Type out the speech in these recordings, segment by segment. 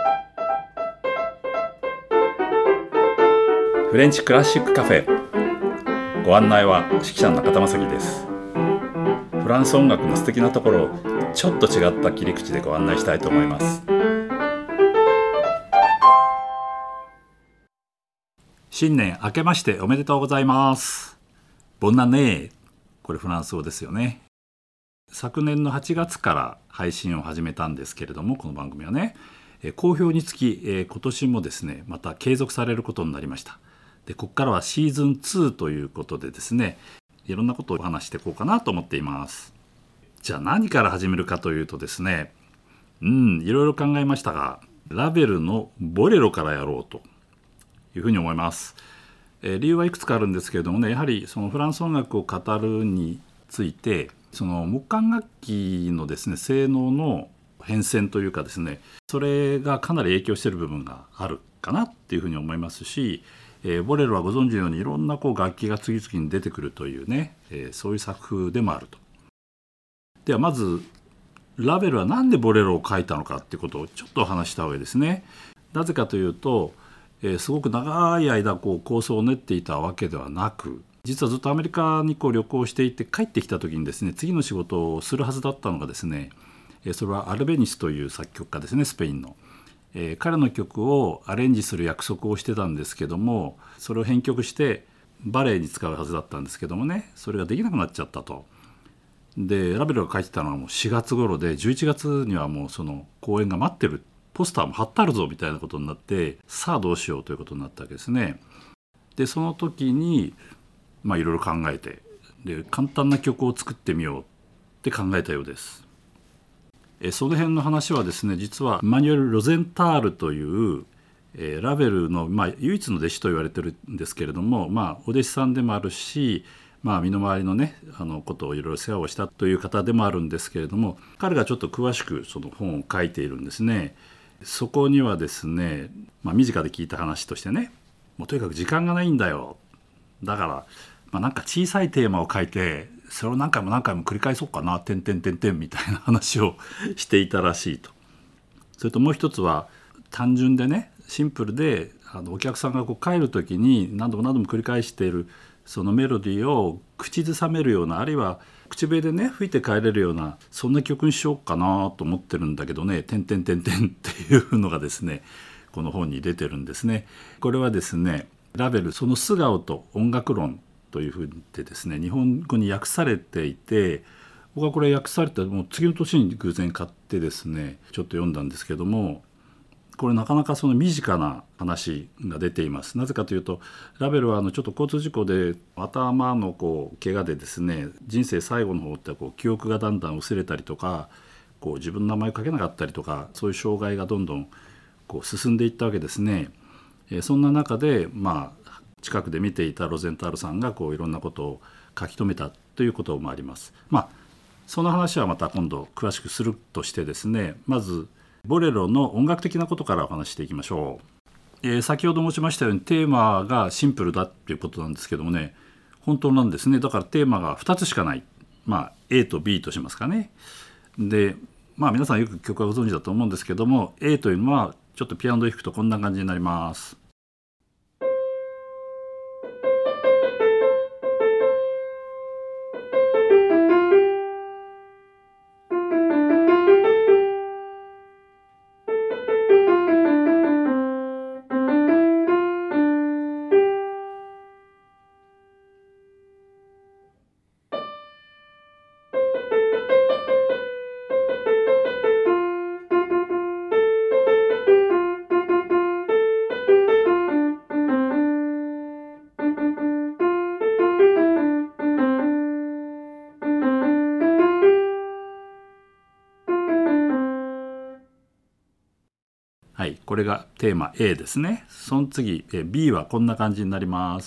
フレンチクラシックカフェ、ご案内は指揮者の中田正樹です。フランス音楽の素敵なところをちょっと違った切り口でご案内したいと思います。新年明けましておめでとうございます。ボンナネー、これフランス語ですよね。昨年の8月から配信を始めたんですけれども、この番組はね、好評につき、今年もですねまた継続されることになりました。でここからはシーズン2ということでですね、いろんなことをお話していこうかなと思っています。じゃあ何から始めるかというとですね、いろいろ考えましたが、ラヴェルのボレロからやろうというふうに思います。理由はいくつかあるんですけれどもね、やはりそのフランス音楽を語るについて、その木管楽器のですね性能の変遷というかですね、それがかなり影響している部分があるかなっていうふうに思いますし、ボレロはご存知のようにいろんな楽器が次々に出てくるというね、そういう作風でもあると。ではまずラヴェルはなんでボレロを書いたのかっていうことをちょっと話した方がいいですね。なぜかというと、すごく長い間構想を練っていたわけではなく、実はずっとアメリカに旅行していて帰ってきた時にですね、次の仕事をするはずだったのがですね、それはアルベニスという作曲家ですね、スペインの。彼の曲をアレンジする約束をしてたんですけども、それを編曲してバレエに使うはずだったんですけどもね、それができなくなっちゃったと。でラヴェルが書いてたのはもう4月頃で、11月にはもうその公演が待ってる、ポスターも貼ってあるぞみたいなことになって、さあどうしようということになったわけですね。でその時にいろいろ考えて、で簡単な曲を作ってみようって考えたようです。その辺の話はですね、実はマニュエル・ロゼンタールという、ラヴェルの、唯一の弟子と言われてるんですけれども、お弟子さんでもあるし、身の回りのねことをいろいろ世話をしたという方でもあるんですけれども、彼がちょっと詳しくその本を書いているんですね。そこにはですね、身近で聞いた話としてね、もうとにかく時間がないんだよ、だから、なんか小さいテーマを書いてそれを何回も何回も繰り返そうかな、てんてんてんてんみたいな話をしていたらしいと。それともう一つは単純でね、シンプルで、お客さんが帰る時に何度も何度も繰り返しているそのメロディーを口ずさめるような、あるいは口笛でね吹いて帰れるような、そんな曲にしようかなと思ってるんだけどね、てんてんてんてんっていうのがですね、この本に出てるんですね。これはですね、ラヴェルその素顔と音楽論というふうでですね、日本語に訳されていて、僕はこれ訳されたもう次の年に偶然買ってですねちょっと読んだんですけども、これなかなかその身近な話が出ています。なぜかというと、ラヴェルはちょっと交通事故で頭の怪我でですね、人生最後の方って記憶がだんだん薄れたりとか、自分の名前を書けなかったりとか、そういう障害がどんどん進んでいったわけですね。そんな中で近くで見ていたロゼンタールさんがいろんなことを書き留めたということもあります。その話はまた今度詳しくするとしてですね、まずボレロの音楽的なことからお話していきましょう。先ほど申しましたようにテーマがシンプルだっていうことなんですけどもね、本当なんですね。だからテーマが2つしかない、A と B としますかね。で皆さんよく曲はご存知だと思うんですけども、 A というのはちょっとピアノで弾くとこんな感じになります。はい、これがテーマ A ですね。その次 B はこんな感じになります。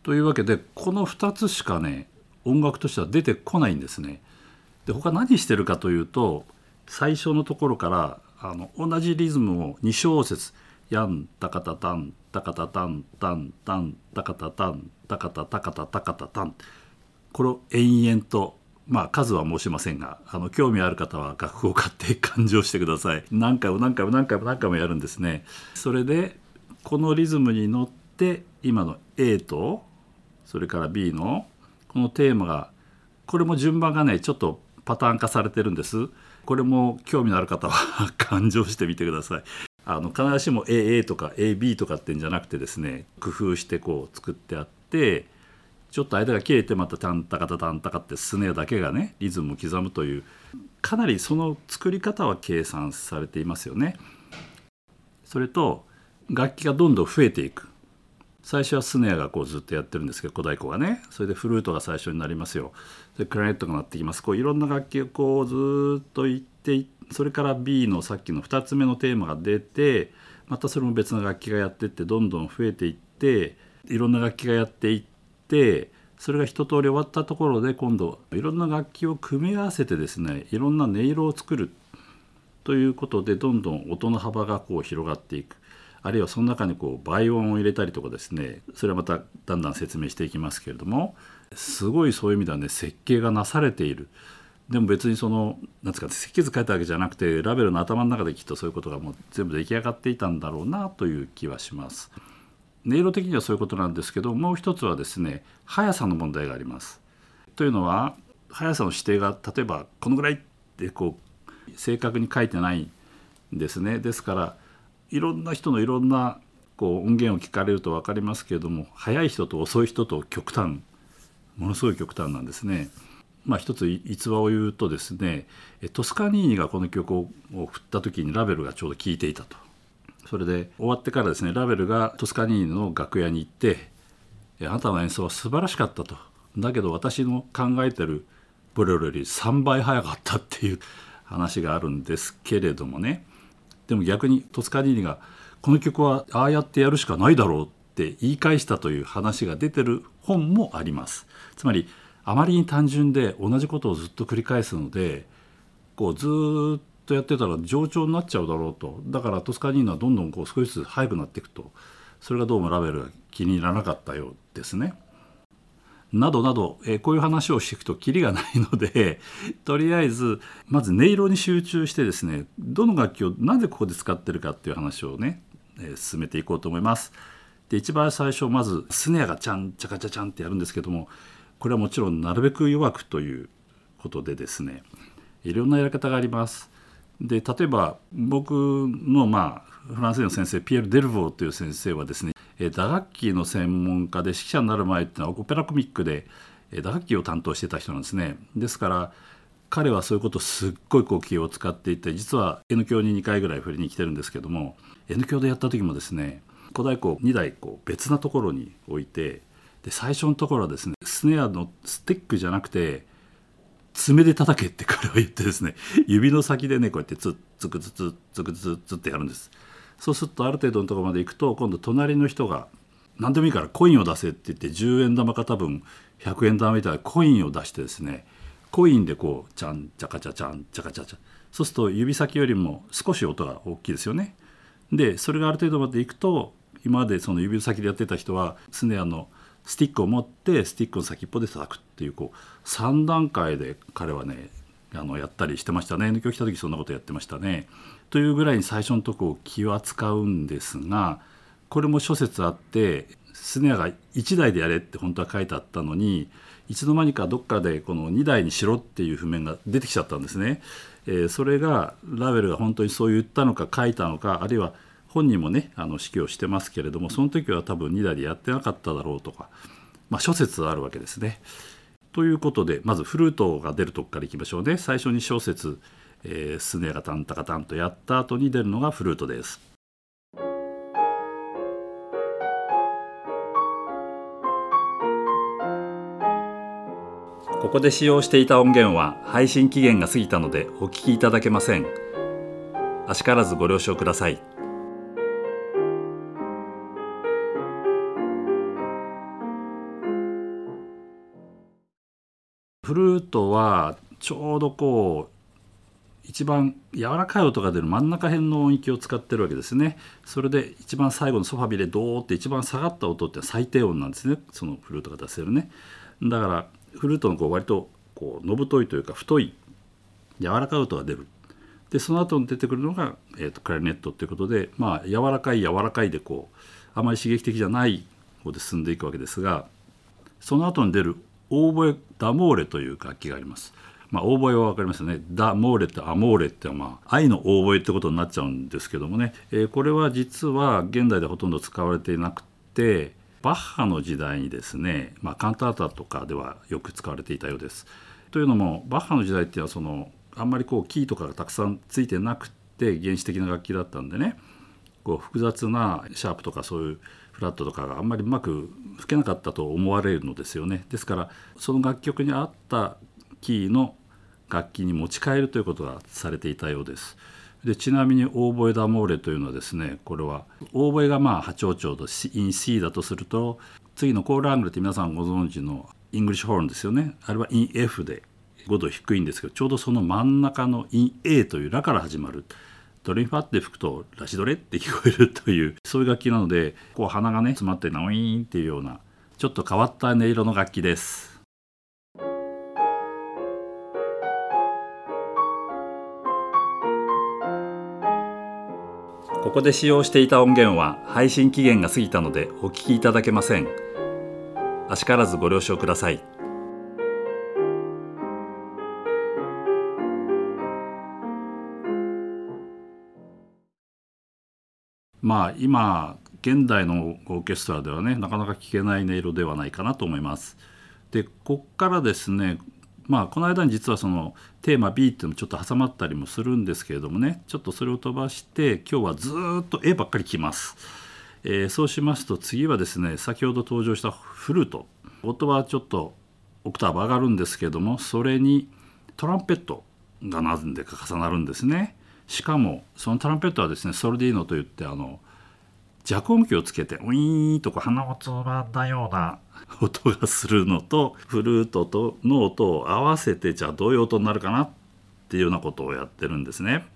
というわけでこの2つしかね音楽としては出てこないんですね。で他何してるかというと最初のところから同じリズムを2小節ヤンタカタタンタカタタンタンタンタカタタンタカタタカタタカタタン、これを延々と数は申しませんが興味ある方は楽譜を買って勘定してください。何回も何回も何回も何回もやるんですね。それでこのリズムに乗って今の A とそれから B のこのテーマがこれも順番がねちょっとパターン化されてるんです。これも興味のある方は勘定してみてください。必ずしも AA とか AB とかってんじゃなくてですね、工夫してこう作ってあってちょっと間が切れてまたタンタカタタンタカってスネアだけがねリズムを刻むというかなりその作り方は計算されていますよね。それと楽器がどんどん増えていく。最初はスネアがこうずっとやってるんですけど小太鼓がね、それでフルートが最初になりますよ。でクラリネットが鳴ってきます。こういろんな楽器をこうずっといってそれから B のさっきの2つ目のテーマが出てまたそれも別の楽器がやってってどんどん増えていっていろんな楽器がやっていってそれが一通り終わったところで今度いろんな楽器を組み合わせてですねいろんな音色を作るということでどんどん音の幅がこう広がっていく。あるいはその中にこう倍音を入れたりとかですね、それはまただんだん説明していきますけれども、すごいそういう意味ではね設計がなされている。でも別にそのなんですか設計図書いたわけじゃなくてラベルの頭の中できっとそういうことがもう全部出来上がっていたんだろうなという気はします。音色的にはそういうことなんですけど、もう一つはですね速さの問題があります。というのは速さの指定が例えばこのぐらいってこう正確に書いてないんですね。ですからいろんな人のいろんなこう音源を聞かれると分かりますけれども、速い人と遅い人と極端、ものすごい極端なんですね。一つ逸話を言うとですね、トスカニーニがこの曲を振った時にラベルがちょうど聴いていたと。それで終わってからですねラベルがトスカニーニの楽屋に行ってあなたの演奏は素晴らしかったと、だけど私の考えてるボレロより3倍速かったっていう話があるんですけれどもね、でも逆にトスカニーニがこの曲はああやってやるしかないだろうって言い返したという話が出てる本もあります。つまりあまりに単純で同じことをずっと繰り返すのでこうずっとやってたら冗長になっちゃうだろうと。だからトスカニーニはどんどんこう少しずつ速くなっていくと、それがどうもラベルが気に入らなかったようですね。などなど、こういう話をしていくとキリがないのでとりあえずまず音色に集中してですねどの楽器をなぜここで使ってるかっていう話をね、進めていこうと思います。で一番最初まずスネアがチャンチャカチャチャンってやるんですけども、これはもちろんなるべく弱くということでですねいろんなやり方があります。で例えば僕のフランスの先生ピエール・デルヴォーという先生はですね打楽器の専門家で指揮者になる前っていうのはオペラコミックで打楽器を担当してた人なんですね。ですから彼はそういうことをすっごいこう気を使っていて、実は N 響に2回ぐらい振りに来てるんですけども N 響でやった時もですね小太鼓を2台こう別なところに置いて、で最初のところはですねスネアのスティックじゃなくて爪で叩けって彼は言ってですね指の先でねこうやってツッツクツツツクツツってやるんです。そうするとある程度のところまで行くと今度隣の人が何でもいいからコインを出せって言って10円玉か多分100円玉みたいなコインを出してですねコインでこうチャンチャカチャチャンチャカチャチャ、そうすると指先よりも少し音が大きいですよね。でそれがある程度まで行くと今までその指先でやってた人はスネアのスティックを持ってスティックの先っぽで叩くっていうこう3段階で彼はねやったりしてましたね。今日来た時そんなことやってましたね。というぐらいに最初のとこを気は使うんですが、これも諸説あってスネアが1台でやれって本当は書いてあったのにいつの間にかどっかでこの2台にしろっていう譜面が出てきちゃったんですね。それがラベルが本当にそう言ったのか書いたのか、あるいは本人もね指揮をしてますけれどもその時は多分2台でやってなかっただろうとか、諸説あるわけですね。ということでまずフルートが出るとこからいきましょうね。最初に小節、スネアがタンタカタンとやった後に出るのがフルートです。ここで使用していた音源は配信期限が過ぎたのでお聞きいただけません。あしからずご了承ください。 フルートはちょうどこう一番柔らかい音が出る真ん中辺の音域を使ってるわけですね。それで一番最後のソファビでドーって一番下がった音って最低音なんですね、そのフルートが出せるね。だからフルートのこう割とこうのぶといというか太い柔らかい音が出る。でその後に出てくるのが、クラリネットということで、柔らかい柔らかいでこうあまり刺激的じゃない方で進んでいくわけですが、その後に出るオーボエダモーレという楽器があります。オーボエは分かりますよね。ダモーレってアモーレって愛のオーボエってことになっちゃうんですけどもね、これは実は現代でほとんど使われていなくて、バッハの時代にですね、カンタータとかではよく使われていたようです。というのもバッハの時代っていうのはあんまりこうキーとかがたくさんついてなくて原始的な楽器だったんでね、こう複雑なシャープとかそういうフラットとかがあんまりうまく吹けなかったと思われるのですよね。ですからその楽曲に合ったキーの楽器に持ち帰るということがされていたようです。でちなみにオーボエダモーレというのはですね、これはオーボエが8長調とイン C だとすると、次のコールアングルって皆さんご存知のイングリッシュホーンですよね。あれはイン F で5度低いんですけど、ちょうどその真ん中のイン A というラから始まるドレミファって吹くとラシドレって聞こえるというそういう楽器なので、こう鼻がね詰まってナウィーンっていうようなちょっと変わった音色の楽器です。ここで使用していた音源は配信期限が過ぎたのでお聞きいただけません。あしからずご了承ください。今現代のオーケストラではねなかなか聞けない音色ではないかなと思います。でこっからですね、この間に実はそのテーマ B っていうのもちょっと挟まったりもするんですけれどもね、ちょっとそれを飛ばして今日はずっと A ばっかり聞きます。そうしますと次はですね、先ほど登場したフルート、音はちょっとオクターブ上がるんですけれども、それにトランペットがなんでか重なるんですね。しかもそのトランペットはですねソルディーノといって弱音器をつけてウィーンとこう鼻をつまんだような音がするのとフルートとの音を合わせて、じゃあどういう音になるかなっていうようなことをやってるんですね。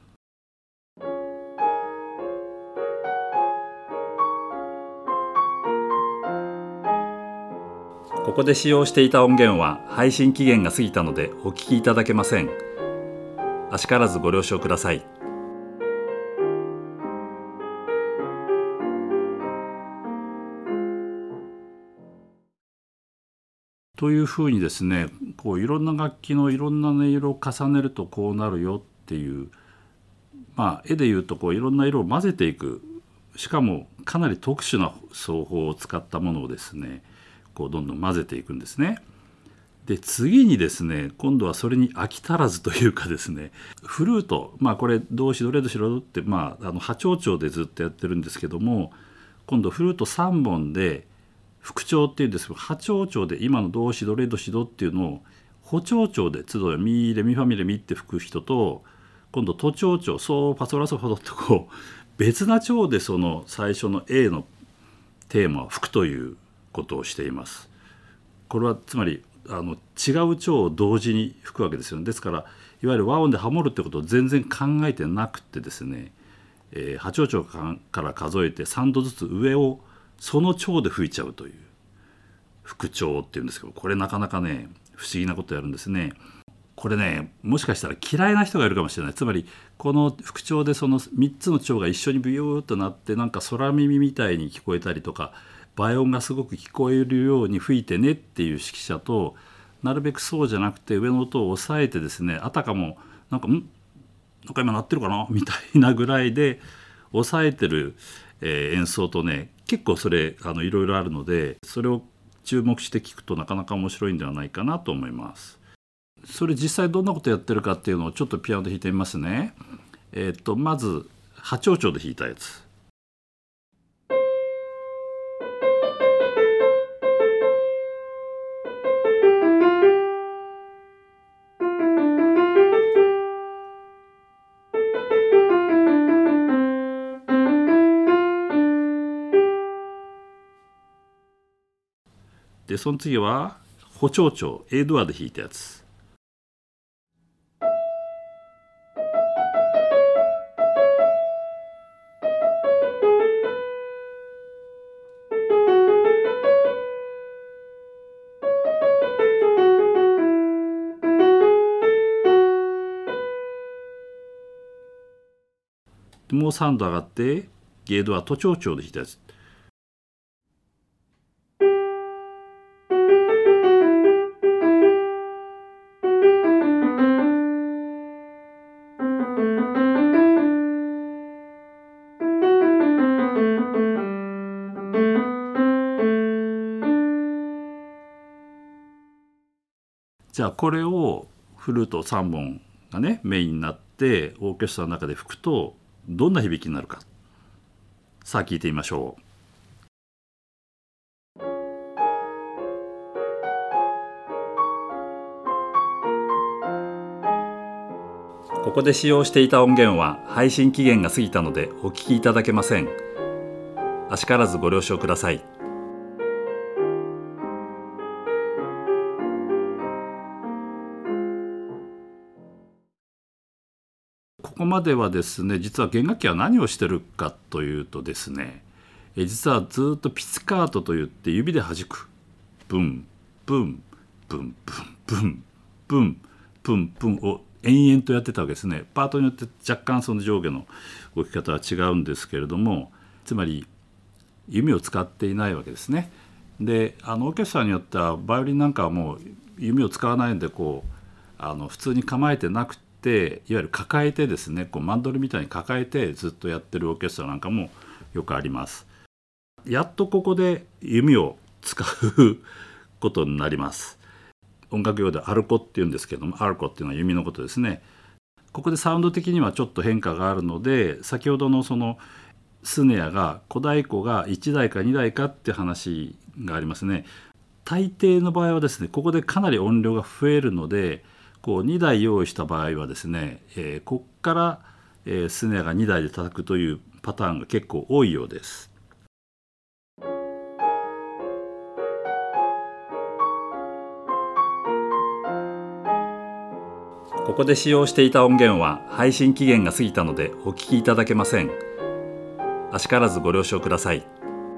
ここで使用していた音源は配信期限が過ぎたのでお聞きいただけません。あしからずご了承ください。というふうにですね、こういろんな楽器のいろんな音色を重ねるとこうなるよっていう、絵でいうとこういろんな色を混ぜていく、しかもかなり特殊な奏法を使ったものをですねこうどんどん混ぜていくんですね。で次にですね、今度はそれに飽き足らずというかですね、フルート、これドシドレドシドって波長調でずっとやってるんですけども、今度フルート3本で復調っていうんですけど、波長調で今のドシドレドシドっていうのを補長調で都度ミレミファミレミって吹く人と、今度都調調ソーファソラソファドってこう別な調でその最初の A のテーマを吹くということをしています。これはつまり違う調を同時に吹くわけですよね。ですからいわゆる和音でハモるってことを全然考えてなくてですね、波長調から数えて3度ずつ上をその調で吹いちゃうという復調っていうんですけど、これなかなかね不思議なことやるんですね。これねもしかしたら嫌いな人がいるかもしれない。つまりこの復調でその3つの調が一緒にビューッとなってなんか空耳みたいに聞こえたりとか倍音がすごく聞こえるように吹いてねっていう指揮者と、なるべくそうじゃなくて上の音を抑えてですね、あたかもなんか今鳴ってるかなみたいなぐらいで抑えてる、演奏とね結構それいろいろあるので、それを注目して聞くとなかなか面白いんではないかなと思います。それ実際どんなことやってるかっていうのをちょっとピアノで弾いてみますね。まず波長調で弾いたやつ。でその次は補聴長 A ドアで弾いたやつ。もう3度上がってゲードは都庁長で弾いたやつ。じゃあこれをフルート3本がねメインになってオーケストラの中で吹くとどんな響きになるか、さあ聞いてみましょう。ここで使用していた音源は配信期限が過ぎたのでお聞きいただけません。あしからずご了承ください。ここまではですね、実は弦楽器は何をしてるかというとですね、実はずっとピツカートといって指で弾くブンブンブンブンブンブンブンブンを延々とやってたわけですね。パートによって若干その上下の動き方は違うんですけれども、つまり弓を使っていないわけですね。でオーケストラによってはバイオリンなんかはもう弓を使わないので普通に構えてなくて、いわゆる抱えてですね、マンドリみたいに抱えてずっとやってるオーケストラなんかもよくあります。やっとここで弓を使うことになります。音楽用でアルコっていうんですけども、アルコっていうのは弓のことですね。ここでサウンド的にはちょっと変化があるので、先ほどのそのスネアが小太鼓が1台か2台かっていう話がありますね。大抵の場合はですね、ここでかなり音量が増えるので、2台用意した場合はですね、こっから、スネアが2台で叩くというパターンが結構多いようです。ここで使用していた音源は配信期限が過ぎたのでお聞きいただけません。あしからずご了承ください。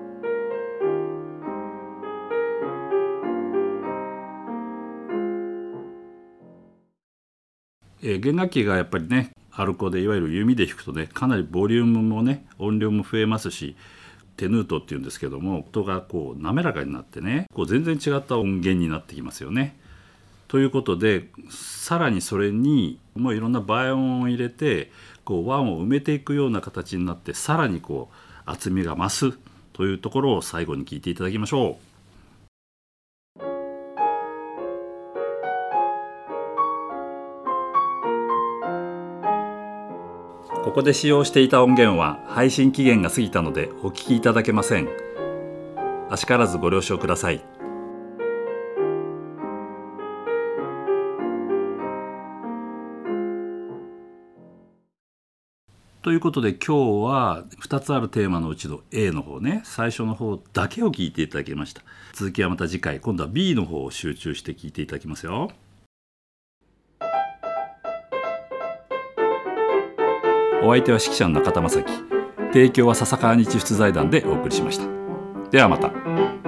弦楽器がやっぱりね、アルコでいわゆる弓で弾くとね、かなりボリュームもね、音量も増えますし、テヌートっていうんですけども、音が滑らかになってね、全然違った音源になってきますよね。ということで、さらにそれにもういろんな倍音を入れて和音を埋めていくような形になって、さらに厚みが増すというところを最後に聞いていただきましょう。ここで使用していた音源は配信期限が過ぎたのでお聞きいただけません。あしからずご了承ください。ということで今日は2つあるテーマのうちの A の方ね、最初の方だけを聞いていただきました。続きはまた次回、今度は B の方を集中して聞いていただきますよ。お相手は指揮者の中田正樹、提供は笹川日出財団でお送りしました。ではまた。